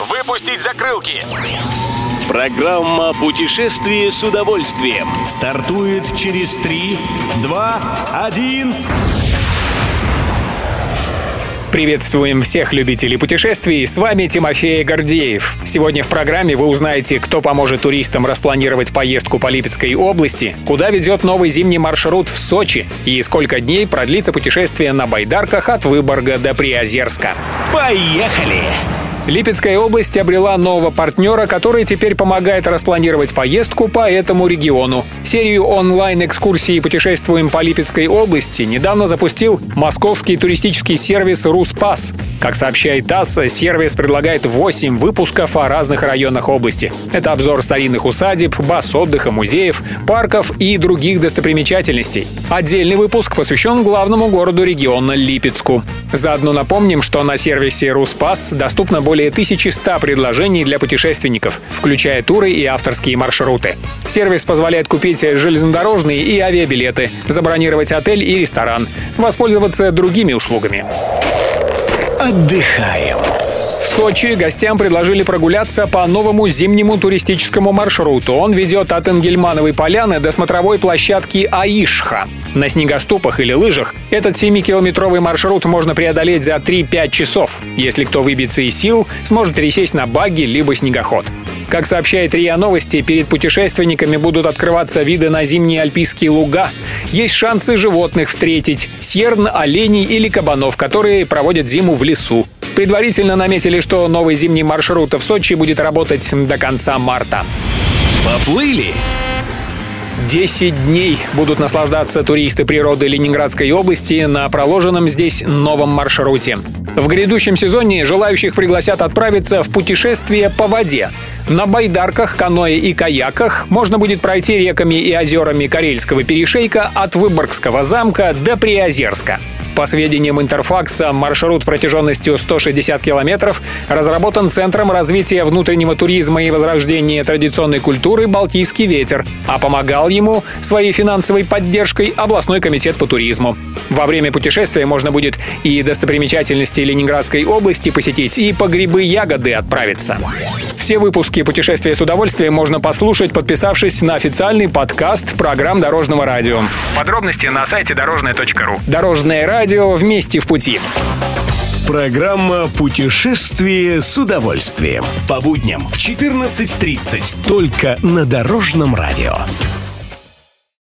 Выпустить закрылки. Программа «Путешествие с удовольствием» стартует через 3, 2, 1... Приветствуем всех любителей путешествий, с вами Тимофей Гордеев. Сегодня в программе вы узнаете, кто поможет туристам распланировать поездку по Липецкой области, куда ведет новый зимний маршрут в Сочи и сколько дней продлится путешествие на байдарках от Выборга до Приозерска. Поехали! Липецкая область обрела нового партнера, который теперь помогает распланировать поездку по этому региону. Серию онлайн-экскурсий «Путешествуем по Липецкой области» недавно запустил московский туристический сервис «Руспас». Как сообщает ТАСС, сервис предлагает 8 выпусков о разных районах области. Это обзор старинных усадеб, баз отдыха, музеев, парков и других достопримечательностей. Отдельный выпуск посвящен главному городу региона Липецку. Заодно напомним, что на сервисе «Руспас» доступно более 1100 предложений для путешественников, включая туры и авторские маршруты. Сервис позволяет купить железнодорожные и авиабилеты, забронировать отель и ресторан, воспользоваться другими услугами. Отдыхаем. В Сочи гостям предложили прогуляться по новому зимнему туристическому маршруту. Он ведет от Энгельмановой поляны до смотровой площадки Аишха. На снегоступах или лыжах этот 7-километровый маршрут можно преодолеть за 3-5 часов. Если кто выбьется из сил, сможет пересесть на багги либо снегоход. Как сообщает РИА Новости, перед путешественниками будут открываться виды на зимние альпийские луга. Есть шансы животных встретить – серн, оленей или кабанов, которые проводят зиму в лесу. Предварительно наметили, что новый зимний маршрут в Сочи будет работать до конца марта. Поплыли! 10 дней будут наслаждаться туристы природы Ленинградской области на проложенном здесь новом маршруте. В грядущем сезоне желающих пригласят отправиться в путешествие по воде. На байдарках, каноэ и каяках можно будет пройти реками и озерами Карельского перешейка от Выборгского замка до Приозерска. По сведениям Интерфакса, маршрут протяженностью 160 километров разработан Центром развития внутреннего туризма и возрождения традиционной культуры «Балтийский ветер», а помогал ему своей финансовой поддержкой областной комитет по туризму. Во время путешествия можно будет и достопримечательности Ленинградской области посетить, и по грибы-ягоды отправиться. Все выпуски «Путешествия с удовольствием» можно послушать, подписавшись на официальный подкаст программ Дорожного радио. Подробности на сайте дорожное.ру. Дорожное радио, вместе в пути. Программа «Путешествие с удовольствием». По будням в 14:30. Только на Дорожном радио.